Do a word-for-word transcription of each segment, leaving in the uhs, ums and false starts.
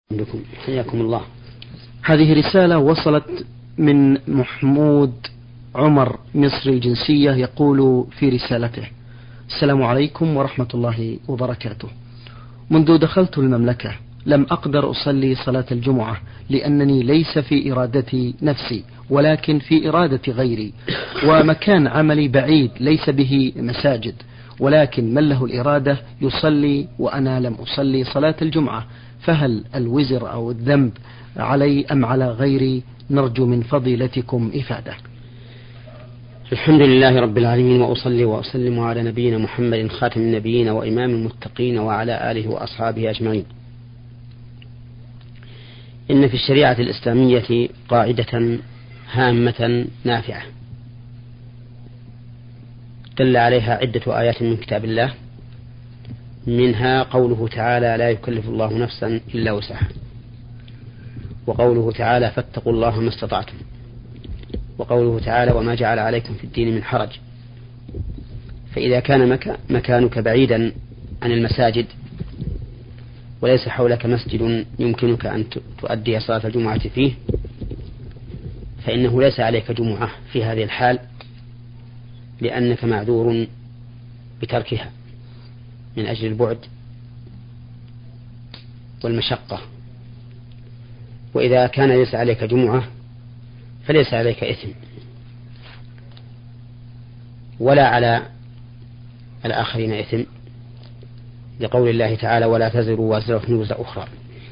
بكم حياكم الله. هذه رسالة وصلت من محمود عمر مصري الجنسية، يقول في رسالته: السلام عليكم ورحمة الله وبركاته. منذ دخلت المملكة لم أقدر أصلي صلاة الجمعة لأنني ليس في إرادتي نفسي ولكن في إرادة غيري، ومكان عملي بعيد ليس به مساجد، ولكن من له الإرادة يصلي وأنا لم أصلي صلاة الجمعة، فهل الوزر أو الذنب علي أم على غيري؟ نرجو من فضيلتكم إفادة. الحمد لله رب العالمين، وأصلي وأسلم على نبينا محمد خاتم النبيين وإمام المتقين وعلى آله وأصحابه أجمعين. إن في الشريعة الإسلامية قاعدة هامة نافعة دل عليها عدة آيات من كتاب الله، منها قوله تعالى: لا يكلف الله نفسا إلا وسعها، وقوله تعالى: فاتقوا الله ما استطعتم، وقوله تعالى: وما جعل عليكم في الدين من حرج. فإذا كان مكانك بعيدا عن المساجد وليس حولك مسجد يمكنك أن تؤدي صلاة الجمعة فيه، فإنه ليس عليك جمعة في هذه الحال، لأنك معذور بتركها من أجل البعد والمشقة. وإذا كان ليس عليك جمعة فليس عليك إثم، ولا على الآخرين إثم، لقول الله تعالى: ولا تزر وازرة وزر أخرى.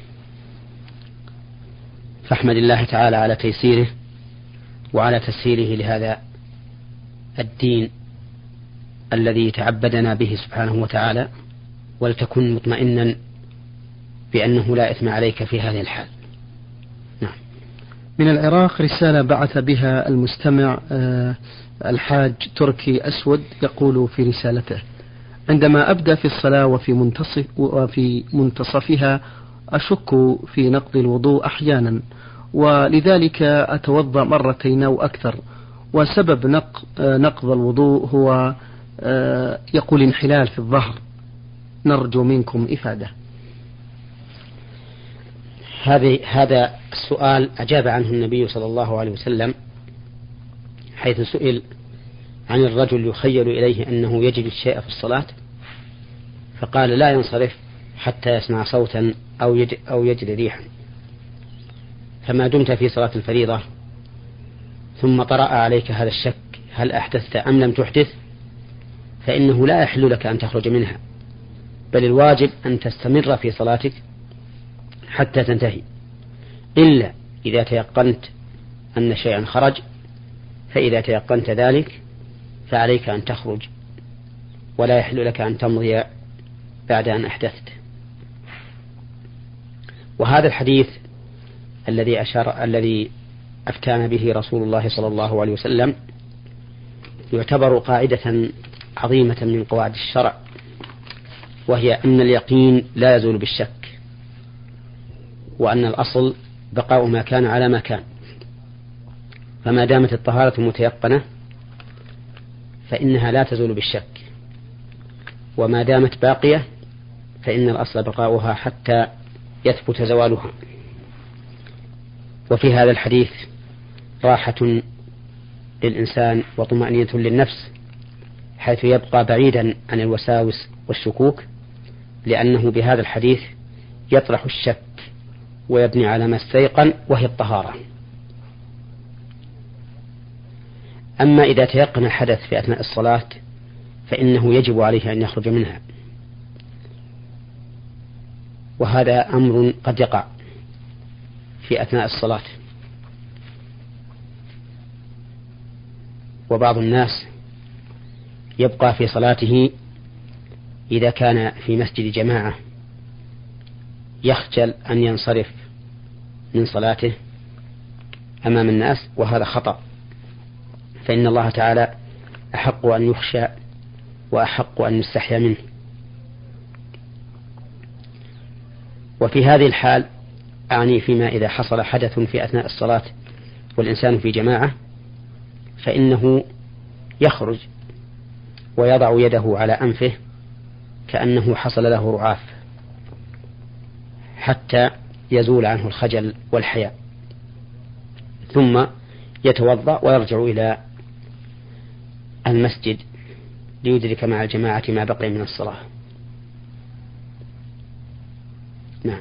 فاحمد الله تعالى على تيسيره وعلى تسهيله لهذا الدين الذي تعبدنا به سبحانه وتعالى، ولتكن مطمئنا بأنه لا إثم عليك في هذه الحال. نعم. من العراق رسالة بعث بها المستمع الحاج تركي أسود، يقول في رسالته: عندما أبدأ في الصلاة وفي منتصف وفي منتصفها أشك في نقض الوضوء أحيانا، ولذلك أتوضأ مرتين أو أكثر، وسبب نقض الوضوء هو يقول انحلال في الظهر. نرجو منكم إفادة. هذه هذا السؤال أجاب عنه النبي صلى الله عليه وسلم، حيث سئل عن الرجل يخيل إليه أنه يجد الشيء في الصلاة، فقال: لا ينصرف حتى يسمع صوتا أو يجد, أو يجد ريحا. فما دمت في صلاة الفريضة ثم طرأ عليك هذا الشك هل أحدثت أم لم تحدث، فإنه لا يحل لك أن تخرج منها، بل الواجب أن تستمر في صلاتك حتى تنتهي، إلا إذا تيقنت أن شيئا خرج، فإذا تيقنت ذلك فعليك أن تخرج، ولا يحل لك أن تمضي بعد أن أحدثت. وهذا الحديث الذي أشار الذي أفتانا به رسول الله صلى الله عليه وسلم يعتبر قاعدة عظيمة من قواعد الشرع، وهي أن اليقين لا يزول بالشك، وأن الأصل بقاء ما كان على ما كان. فما دامت الطهارة متيقنة فإنها لا تزول بالشك، وما دامت باقية فإن الأصل بقاؤها حتى يثبت زوالها. وفي هذا الحديث راحة للإنسان وطمأنينة للنفس، حيث يبقى بعيدا عن الوساوس والشكوك، لأنه بهذا الحديث يطرح الشك ويبني على ما استيقن، وهي الطهارة. أما إذا تيقن الحدث في أثناء الصلاة فإنه يجب عليه أن يخرج منها، وهذا أمر قد يقع في أثناء الصلاة. وبعض الناس يبقى في صلاته إذا كان في مسجد جماعة يخجل أن ينصرف من صلاته أمام الناس، وهذا خطأ، فإن الله تعالى أحق أن يخشى وأحق أن يستحيا منه. وفي هذه الحال أعني فيما إذا حصل حدث في أثناء الصلاة والإنسان في جماعة، فإنه يخرج ويضع يده على أنفه كأنه حصل له رعاف، حتى يزول عنه الخجل والحياء، ثم يتوضأ ويرجع إلى المسجد ليدرك مع الجماعة ما بقي من الصلاة. نعم.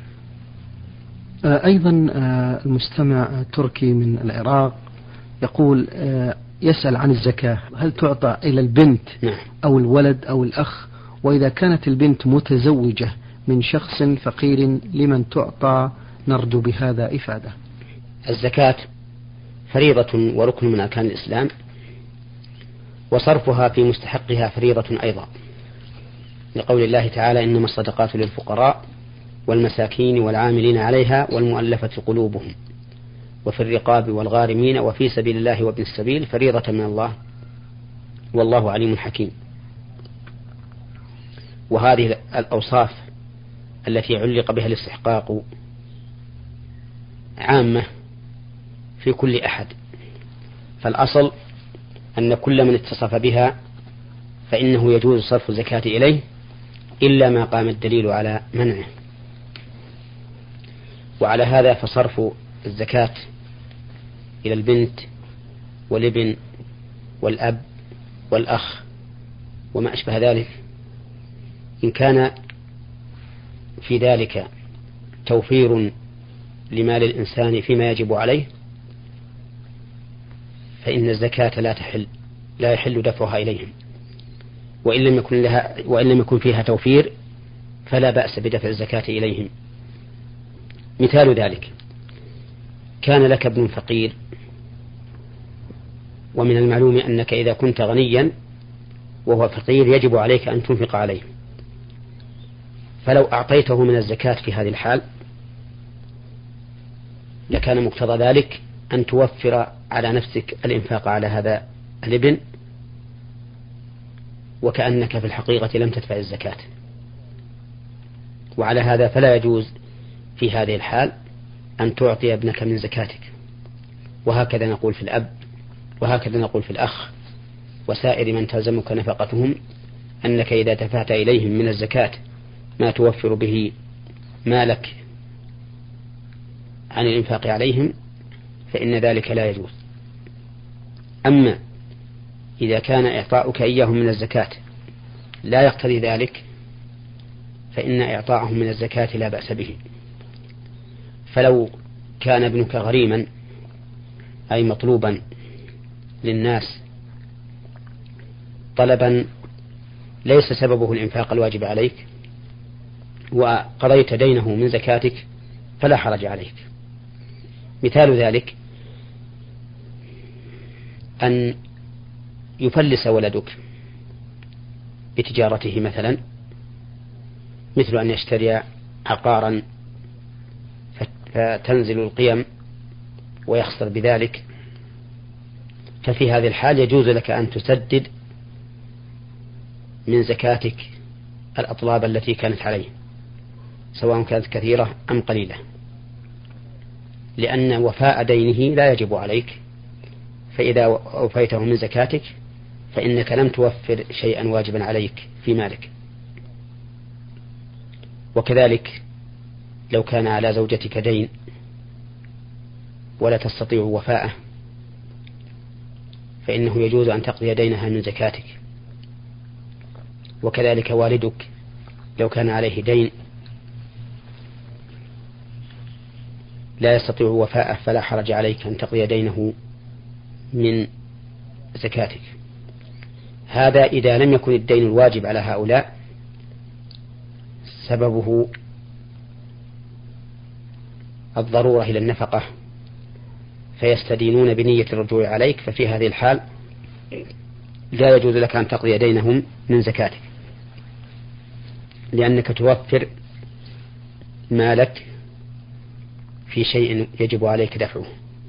أيضا المستمع تركي من العراق يقول يسأل عن الزكاة، هل تعطى إلى البنت نعم. أو الولد أو الأخ؟ وإذا كانت البنت متزوجة من شخص فقير لمن تعطى؟ نرجو بهذا إفادة. الزكاة فريضة وركن من أركان الإسلام، وصرفها في مستحقها فريضة أيضا، لقول الله تعالى إنما الصدقات للفقراء والمساكين والعاملين عليها والمؤلفة قلوبهم وفي الرقاب والغارمين وفي سبيل الله وابن السبيل فريضة من الله والله عليم حكيم. وهذه الأوصاف التي علق بها الاستحقاق عامة في كل أحد، فالأصل أن كل من اتصف بها فإنه يجوز صرف الزكاة إليه إلا ما قام الدليل على منعه. وعلى هذا فصرف الزكاة إلى البنت والابن والأب والأخ وما أشبه ذلك، إن كان في ذلك توفير لمال الإنسان فيما يجب عليه فإن الزكاة لا تحل لا يحل دفعها إليهم، وإن لم يكن لها وإن لم يكن فيها توفير فلا بأس بدفع الزكاة إليهم. مثال ذلك: كان لك ابن فقير، ومن المعلوم أنك إذا كنت غنيا وهو فقير يجب عليك أن تنفق عليه، فلو أعطيته من الزكاة في هذه الحال لكان مقتضى ذلك أن توفر على نفسك الإنفاق على هذا الابن، وكأنك في الحقيقة لم تدفع الزكاة. وعلى هذا فلا يجوز في هذه الحال أن تعطي ابنك من زكاتك. وهكذا نقول في الأب، وهكذا نقول في الأخ وسائر من تلزمك نفقتهم، أنك إذا دفعت إليهم من الزكاة ما توفر به مالك عن الإنفاق عليهم فإن ذلك لا يجوز. أما إذا كان إعطاؤك إياهم من الزكاة لا يقتضي ذلك فإن إعطاءهم من الزكاة لا بأس به. فلو كان ابنك غريما أي مطلوبا للناس طلبا ليس سببه الإنفاق الواجب عليك وقضيت دينه من زكاتك فلا حرج عليك. مثال ذلك أن يفلس ولدك بتجارته مثلا، مثل أن يشتري عقارا فتنزل القيم ويخسر بذلك، ففي هذه الحال يجوز لك أن تسدد من زكاتك الأطلاب التي كانت عليه سواء كانت كثيرة أم قليلة، لأن وفاء دينه لا يجب عليك، فإذا أوفيته من زكاتك فإنك لم توفر شيئا واجبا عليك في مالك. وكذلك لو كان على زوجتك دين ولا تستطيع وفاءه فإنه يجوز أن تقضي دينها من زكاتك. وكذلك والدك لو كان عليه دين لا يستطيع وفاءه فلا حرج عليك أن تقضي دينه من زكاتك. هذا إذا لم يكن الدين الواجب على هؤلاء سببه الضرورة إلى النفقة فيستدينون بنية الرجوع عليك، ففي هذه الحال لا يجوز لك أن تقضي دينهم من زكاتك، لأنك توفر مالك في شيء يجب عليك دفعه.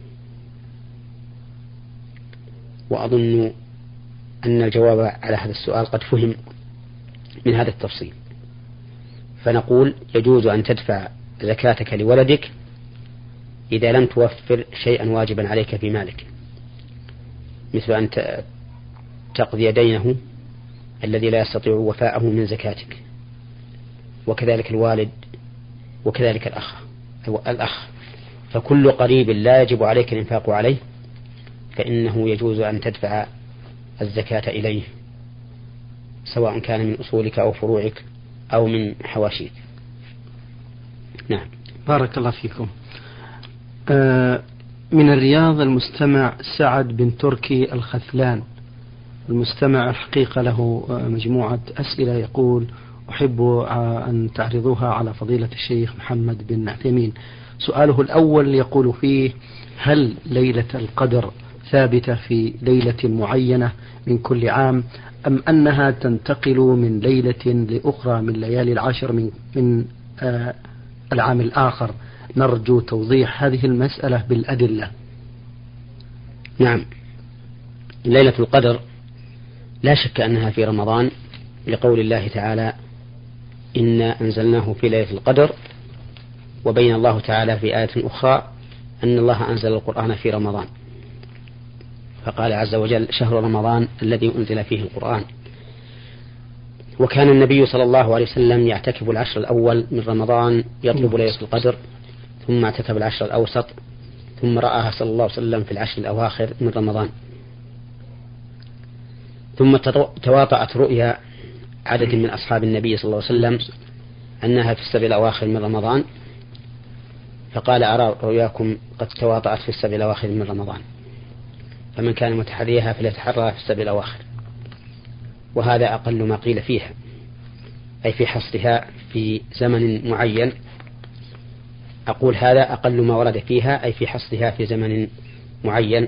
وأظن أن الجواب على هذا السؤال قد فهم من هذا التفصيل. فنقول يجوز أن تدفع زكاتك لولدك إذا لم توفر شيئا واجبا عليك في مالك، مثل أن تقضي دينه الذي لا يستطيع وفاءه من زكاتك، وكذلك الوالد وكذلك الأخ. الأخ، فكل قريب لا يجب عليك الإنفاق عليه فإنه يجوز أن تدفع الزكاة إليه، سواء كان من أصولك أو فروعك أو من حواشيك. نعم. بارك الله فيكم. آه من الرياض المستمع سعد بن تركي الخثلان. المستمع الحقيقة له مجموعة أسئلة، يقول: أحب أن تعرضوها على فضيلة الشيخ محمد بن عثيمين. سؤاله الأول يقول فيه: هل ليلة القدر ثابتة في ليلة معينة من كل عام، أم أنها تنتقل من ليلة لأخرى من ليالي العشر من, من آه العام الآخر؟ نرجو توضيح هذه المسألة بالأدلة. نعم، ليلة القدر لا شك أنها في رمضان، لقول الله تعالى: إنا أنزلناه في ليلة القدر. وبين الله تعالى في آية أخرى أن الله أنزل القرآن في رمضان، فقال عز وجل: شهر رمضان الذي أنزل فيه القرآن. وكان النبي صلى الله عليه وسلم يعتكف العشر الأول من رمضان يطلب ليلة القدر، ثم اعتكف العشر الأوسط، ثم رآها صلى الله عليه وسلم في العشر الأواخر من رمضان. ثم تواطأت رؤيا عدد من أصحاب النبي صلى الله عليه وسلم أنها في السبع الأواخر من رمضان، فقال: أرى رؤياكم قد تواطأت في السبع الأواخر من رمضان، فمن كان متحريها فليتحرى في السبع الأواخر. وهذا أقل ما قيل فيها، أي في حصرها في زمن معين. أقول هذا أقل ما ورد فيها، أي في حصرها في زمن معين.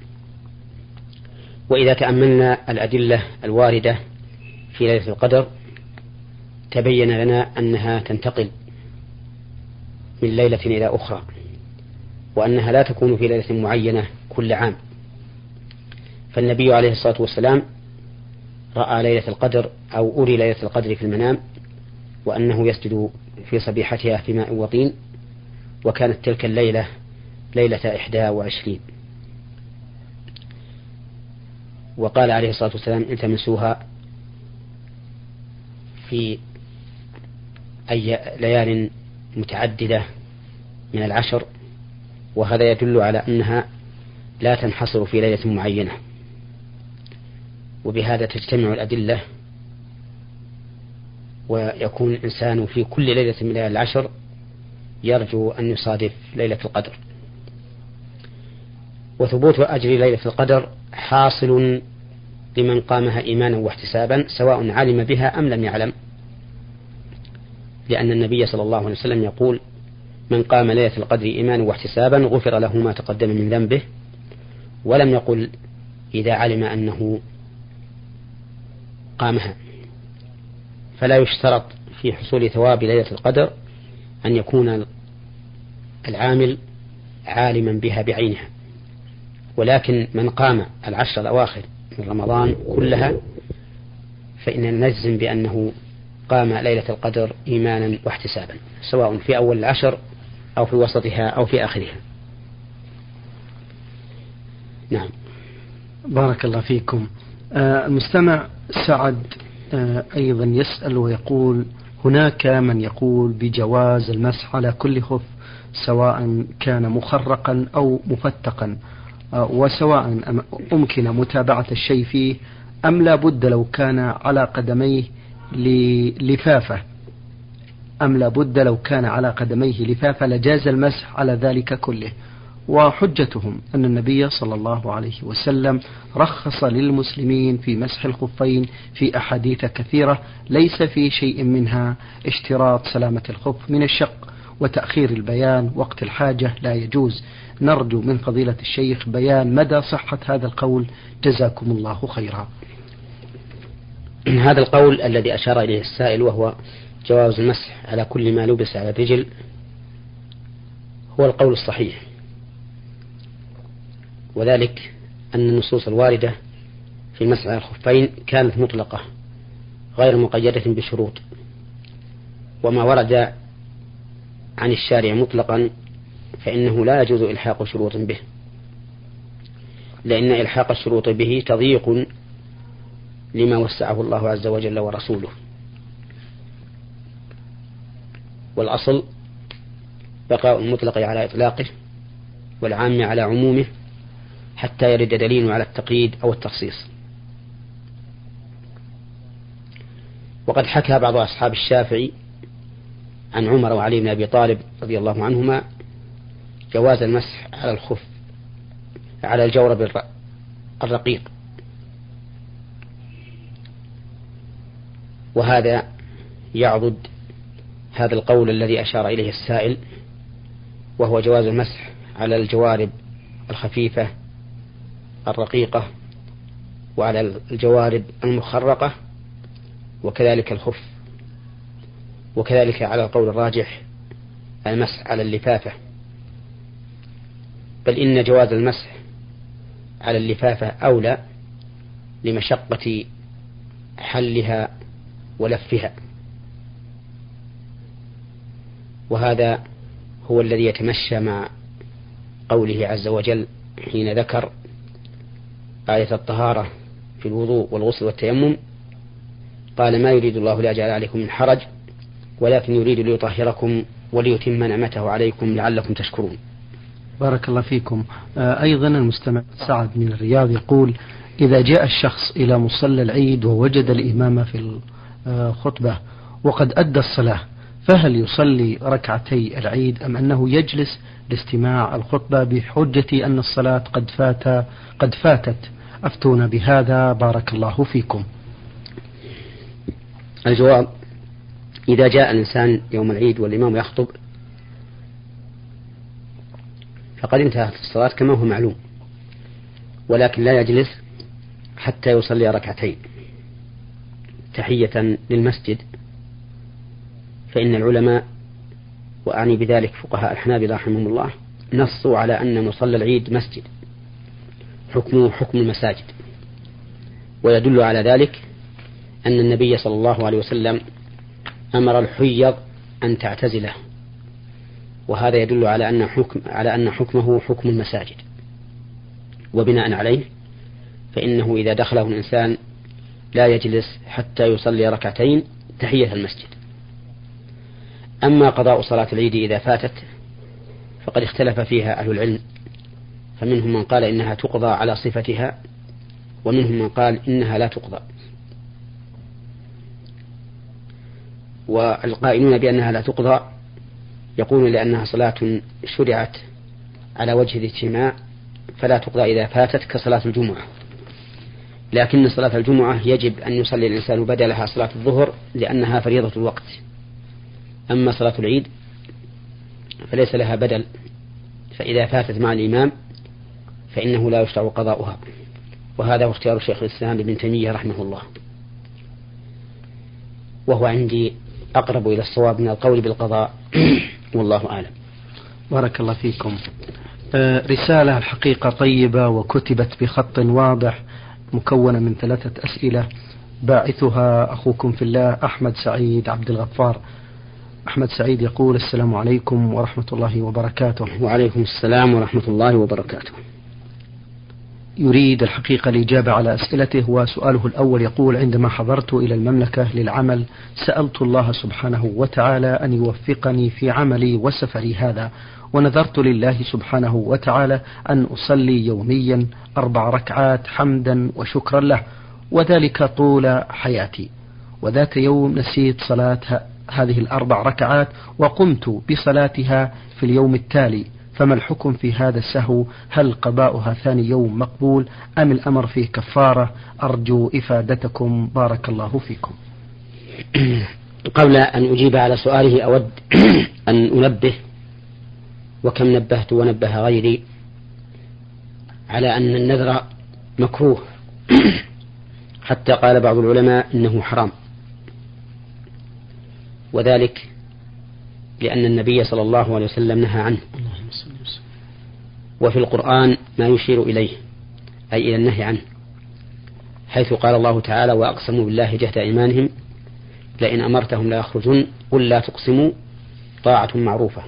وإذا تأملنا الأدلة الواردة في ليلة القدر تبين لنا أنها تنتقل من ليلة إلى أخرى، وأنها لا تكون في ليلة معينة كل عام. فالنبي عليه الصلاة والسلام رأى ليلة القدر أو أري ليلة القدر في المنام، وأنه يسجد في صبيحتها في ماء وطين، وكانت تلك الليلة ليلة إحدى وعشرين. وقال عليه الصلاة والسلام: التمسوها في أي ليال متعددة من العشر. وهذا يدل على أنها لا تنحصر في ليلة معينة، وبهذا تجتمع الأدلة، ويكون الإنسان في كل ليلة من ليالي العشر يرجو أن يصادف ليلة القدر. وثبوت أجر ليلة القدر حاصل لمن قامها إيمانا واحتسابا، سواء علم بها أم لم يعلم، لأن النبي صلى الله عليه وسلم يقول: من قام ليلة القدر إيمانا واحتسابا غفر له ما تقدم من ذنبه. ولم يقل إذا علم أنه قامها. فلا يشترط في حصول ثواب ليلة القدر أن يكون العامل عالما بها بعينها، ولكن من قام العشر الأواخر من رمضان كلها فإننا نجزم بأنه قام ليلة القدر إيمانا واحتسابا، سواء في أول العشر أو في وسطها أو في آخرها. نعم. بارك الله فيكم. آه المستمع سعد آه أيضا يسأل ويقول: هناك من يقول بجواز المسح على كل خف سواء كان مخرقا أو مفتقا، آه وسواء أمكن متابعة الشيء فيه أم لا بد لو كان على قدميه لفافة أم لا بد لو كان على قدميه لفافة لجاز المسح على ذلك كله. وحجتهم أن النبي صلى الله عليه وسلم رخص للمسلمين في مسح الخفين في أحاديث كثيرة ليس في شيء منها اشتراط سلامة الخف من الشق، وتأخير البيان وقت الحاجة لا يجوز. نرجو من فضيلة الشيخ بيان مدى صحة هذا القول، جزاكم الله خيرا. هذا القول الذي أشار إليه السائل وهو جواز المسح على كل ما لبس على الرجل هو القول الصحيح، وذلك أن النصوص الواردة في المسح على الخفين كانت مطلقة غير مقيدة بشروط، وما ورد عن الشارع مطلقا فإنه لا يجوز إلحاق شروط به، لأن إلحاق الشروط به تضييق لما وسعه الله عز وجل ورسوله. والأصل بقاء المطلق على إطلاقه والعام على عمومه حتى يرد دليل على التقييد أو التخصيص. وقد حكى بعض أصحاب الشافعي عن عمر وعلي بن أبي طالب رضي الله عنهما جواز المسح على الخف على الجورب الرقيق، وهذا يعضد هذا القول الذي أشار إليه السائل، وهو جواز المسح على الجوارب الخفيفة الرقيقة وعلى الجوارب المخرقة وكذلك الخف، وكذلك على القول الراجح المسح على اللفافة، بل إن جواز المسح على اللفافة أولى لمشقة حلها ولفها، وهذا هو الذي يتمشى مع قوله عز وجل حين ذكر آية الطهارة في الوضوء والغسل والتيمم، قال ما يريد الله ليجعل عليكم من حرج ولكن يريد ليطهركم وليتم نعمته عليكم لعلكم تشكرون. بارك الله فيكم. أيضا المستمع سعد من الرياض يقول: إذا جاء الشخص إلى مصلى العيد ووجد الإمام في الخطبة وقد أدى الصلاة، فهل يصلي ركعتي العيد أم أنه يجلس لاستماع الخطبة بحجة أن الصلاة قد فات قد فاتت؟ أفتونا بهذا بارك الله فيكم. الجواب: إذا جاء الإنسان يوم العيد والإمام يخطب فقد انتهت الصلاة كما هو معلوم، ولكن لا يجلس حتى يصلي ركعتين تحية للمسجد، فإن العلماء وأعني بذلك فقهاء الحنابلة رحمهم الله نصوا على أن مصلى العيد مسجد حكمه حكم المساجد، ويدل على ذلك أن النبي صلى الله عليه وسلم أمر الحيض أن تعتزله، وهذا يدل على أن حكم على أن حكمه حكم المساجد، وبناء عليه فإنه إذا دخله الإنسان لا يجلس حتى يصلي ركعتين تحية المسجد. أما قضاء صلاة العيد إذا فاتت فقد اختلف فيها أهل العلم، فمنهم من قال إنها تقضى على صفتها، ومنهم من قال إنها لا تقضى. والقائلون بأنها لا تقضى يقولون لأنها صلاة شرعت على وجه الاجتماع فلا تقضى إذا فاتت كصلاة الجمعة، لكن صلاة الجمعة يجب أن يصلي الإنسان بدلها صلاة الظهر لأنها فريضة الوقت. أما صلاة العيد فليس لها بدل، فإذا فاتت مع الإمام فإنه لا يشرع قضاؤها، وهذا هو اختيار شيخ الإسلام ابن تيمية رحمه الله، وهو عندي أقرب إلى الصواب من القول بالقضاء والله أعلم. بارك الله فيكم. رسالة الحقيقة طيبة وكتبت بخط واضح مكونة من ثلاثة أسئلة، باعثها أخوكم في الله أحمد سعيد عبد الغفار. أحمد سعيد يقول: السلام عليكم ورحمة الله وبركاته. وعليكم السلام ورحمة الله وبركاته. يريد الحقيقة الإجابة على أسئلته، وسؤاله الأول يقول: عندما حضرت إلى المملكة للعمل سألت الله سبحانه وتعالى أن يوفقني في عملي وسفري هذا، ونذرت لله سبحانه وتعالى أن أصلي يوميا أربع ركعات حمدا وشكرا له، وذلك طول حياتي. وذات يوم نسيت صلاة هذه الأربع ركعات وقمت بصلاتها في اليوم التالي، فما الحكم في هذا السهو؟ هل قضاؤها ثاني يوم مقبول أم الأمر فيه كفارة؟ أرجو إفادتكم بارك الله فيكم. قبل أن أجيب على سؤاله أود أن أنبه، وكم نبهت ونبه غيري، على أن النذر مكروه حتى قال بعض العلماء إنه حرام، وذلك لأن النبي صلى الله عليه وسلم نهى عنه، وفي القرآن ما يشير إليه أي إلى النهي عنه، حيث قال الله تعالى: وأقسموا بالله جهد أيمانهم لئن أمرتهم لا يخرجون قل لا تقسموا طاعة معروفة،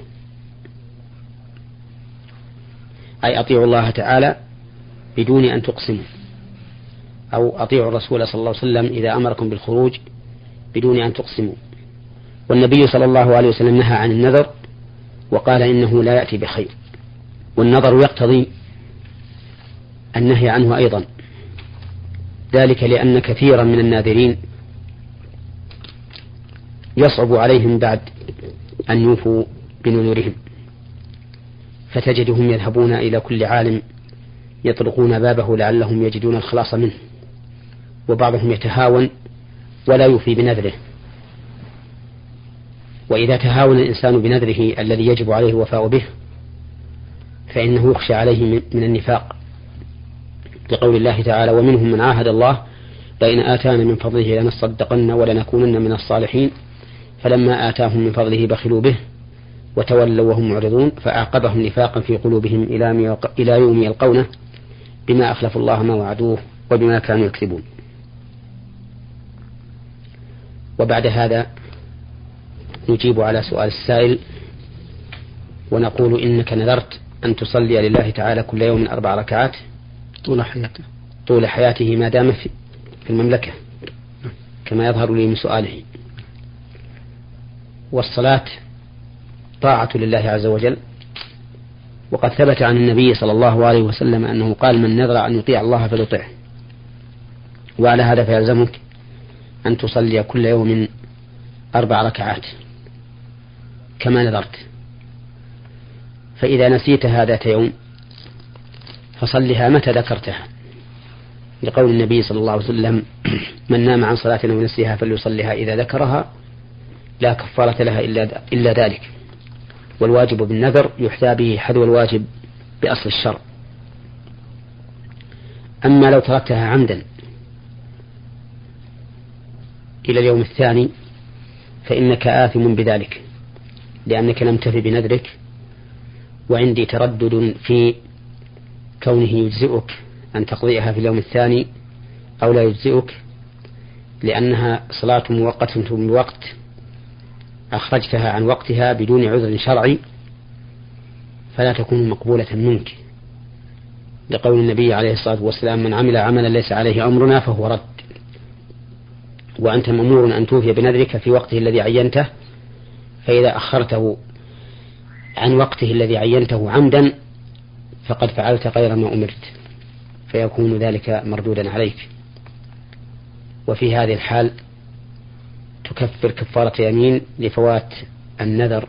أي أطيعوا الله تعالى بدون أن تقسموا، أو أطيعوا الرسول صلى الله عليه وسلم إذا أمركم بالخروج بدون أن تقسموا. والنبي صلى الله عليه وسلم نهى عن النذر وقال إنه لا يأتي بخير. والنظر يقتضي النهي عنه أيضا، ذلك لأن كثيرا من الناذرين يصعب عليهم بعد أن يوفوا بنذورهم، فتجدهم يذهبون إلى كل عالم يطرقون بابه لعلهم يجدون الخلاص منه، وبعضهم يتهاون ولا يوفي بنذره. وإذا تهاون الإنسان بنذره الذي يجب عليه الوفاء به فإنه يخشى عليه من النفاق، لقول الله تعالى: ومنهم من عاهد الله لئن آتانا من فضله لنصدقن ولنكونن من الصالحين فلما آتاهم من فضله بخلوا به وتولوا وهم معرضون فأعقبهم نفاقا في قلوبهم إلى يوم يلقونه بما أخلفوا الله ما وعدوه وبما كانوا يكذبون. وبعد هذا نجيب على سؤال السائل ونقول: إنك نذرت أن تصلي لله تعالى كل يوم أربع ركعات طول حياته طول حياته ما دام في المملكة كما يظهر لي من سؤاله. والصلاة طاعة لله عز وجل، وقد ثبت عن النبي صلى الله عليه وسلم أنه قال: من نذر أن يطيع الله فليطعه. وعلى هذا فيلزمك أن تصلي كل يوم أربع ركعات كما نذرت. فإذا نسيتها ذات يوم فصلها متى ذكرتها، لقول النبي صلى الله عليه وسلم: من نام عن صلاة أو نسيها فليصليها إذا ذكرها لا كفارة لها إلا, إلا ذلك. والواجب بالنذر يحتى به حذو الواجب بأصل الشرع. أما لو تركتها عمدا إلى اليوم الثاني فإنك آثم بذلك، لأنك لم تفي بنذرك. وعندي تردد في كونه يجزئك أن تقضيها في اليوم الثاني أو لا يجزئك، لأنها صلاة موقتة بوقت أخرجتها عن وقتها بدون عذر شرعي فلا تكون مقبولة منك، لقول النبي عليه الصلاة والسلام: من عمل عملا ليس عليه أمرنا فهو رد. وأنت مأمور أن توفي بنذرك في وقته الذي عينته، فإذا أخرته عن وقته الذي عينته عمدا فقد فعلت غير ما أمرت، فيكون ذلك مردودا عليك. وفي هذه الحال تكفر كفارة يمين لفوات النذر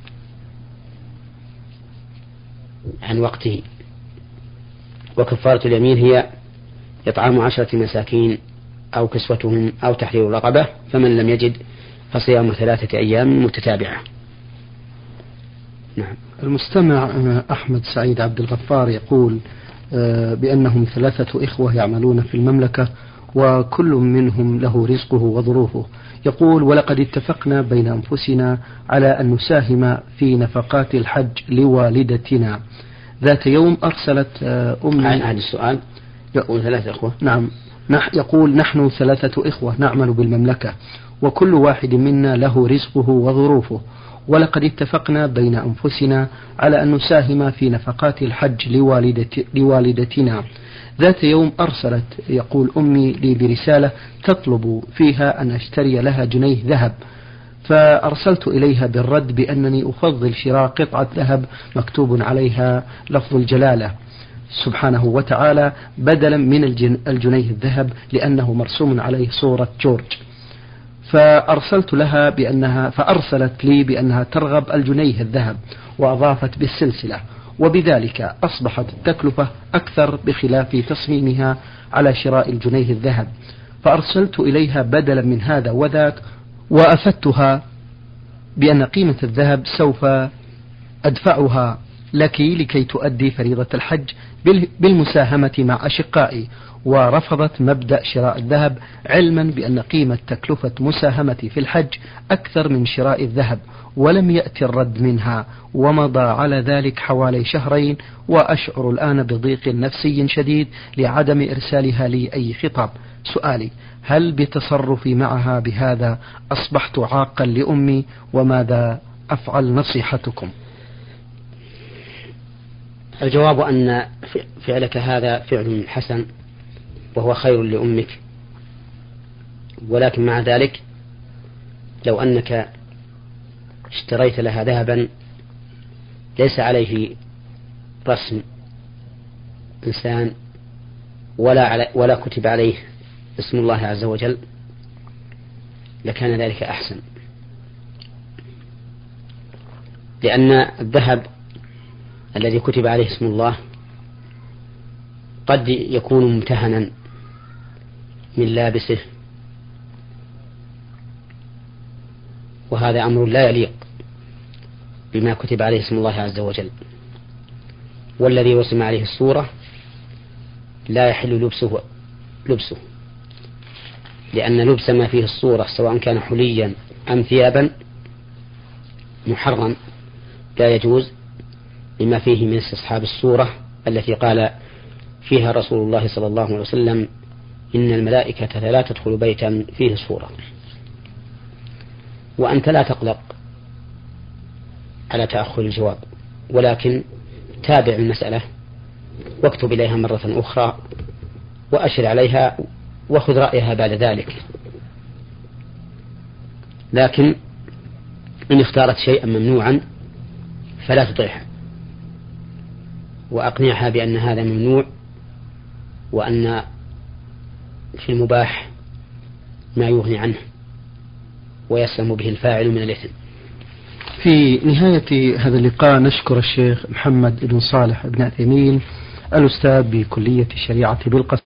عن وقته. وكفارة اليمين هي إطعام عشرة مساكين أو كسوتهم أو تحرير رقبة، فمن لم يجد فصيام ثلاثة أيام متتابعة. نعم. المستمع أحمد سعيد عبد الغفار يقول بأنهم ثلاثة إخوة يعملون في المملكة وكل منهم له رزقه وظروفه. يقول: ولقد اتفقنا بين أنفسنا على أن نساهم في نفقات الحج لوالدتنا. ذات يوم أرسلت أمي. هذا السؤال يقول ثلاثة إخوة. نعم. يقول: نحن ثلاثة إخوة نعمل بالمملكة وكل واحد منا له رزقه وظروفه، ولقد اتفقنا بين أنفسنا على أن نساهم في نفقات الحج لوالدت لوالدتنا. ذات يوم أرسلت يقول أمي لي برسالة تطلب فيها أن أشتري لها جنيه ذهب، فأرسلت إليها بالرد بأنني أفضل شراء قطعة ذهب مكتوب عليها لفظ الجلالة سبحانه وتعالى بدلا من الجنيه الذهب لأنه مرسوم عليه صورة جورج. فأرسلت لها بأنها فأرسلت لي بأنها ترغب الجنيه الذهب وأضافت بالسلسلة، وبذلك أصبحت التكلفة أكثر بخلاف تصميمها على شراء الجنيه الذهب. فأرسلت إليها بدلا من هذا وذاك وأفدتها بأن قيمة الذهب سوف أدفعها لك لكي تؤدي فريضة الحج بالمساهمة مع أشقائي، ورفضت مبدأ شراء الذهب علما بأن قيمة تكلفة مساهمتي في الحج أكثر من شراء الذهب، ولم يأتي الرد منها، ومضى على ذلك حوالي شهرين، وأشعر الآن بضيق نفسي شديد لعدم إرسالها لي أي خطاب. سؤالي: هل بتصرفي معها بهذا أصبحت عاقا لأمي؟ وماذا أفعل؟ نصيحتكم. الجواب أن فعلك هذا فعل حسن وهو خير لأمك، ولكن مع ذلك لو أنك اشتريت لها ذهبا ليس عليه رسم إنسان ولا على ولا كتب عليه اسم الله عز وجل لكان ذلك أحسن، لأن الذهب الذي كتب عليه اسم الله قد يكون ممتهنا من لابسه، وهذا أمر لا يليق بما كتب عليه اسم الله عز وجل. والذي رسم عليه الصورة لا يحل لبسه لبسه لأن لبس ما فيه الصورة سواء كان حليا أم ثيابا محرم لا يجوز، لما فيه من استصحاب الصورة التي قال فيها رسول الله صلى الله عليه وسلم: إن الملائكة لا تدخل بيتا فيه صورة. وأنت لا تقلق على تأخر الجواب، ولكن تابع المسألة واكتب إليها مرة أخرى وأشر عليها وخذ رأيها بعد ذلك. لكن إن اختارت شيئا ممنوعا فلا تطيعها، وأقنعها بأن هذا ممنوع، وأن في المباح ما يغني عنه ويسلم به الفاعل من الإثم. في نهاية هذا اللقاء نشكر الشيخ محمد بن صالح بن عثيمين الأستاذ بكلية الشريعة بالقصر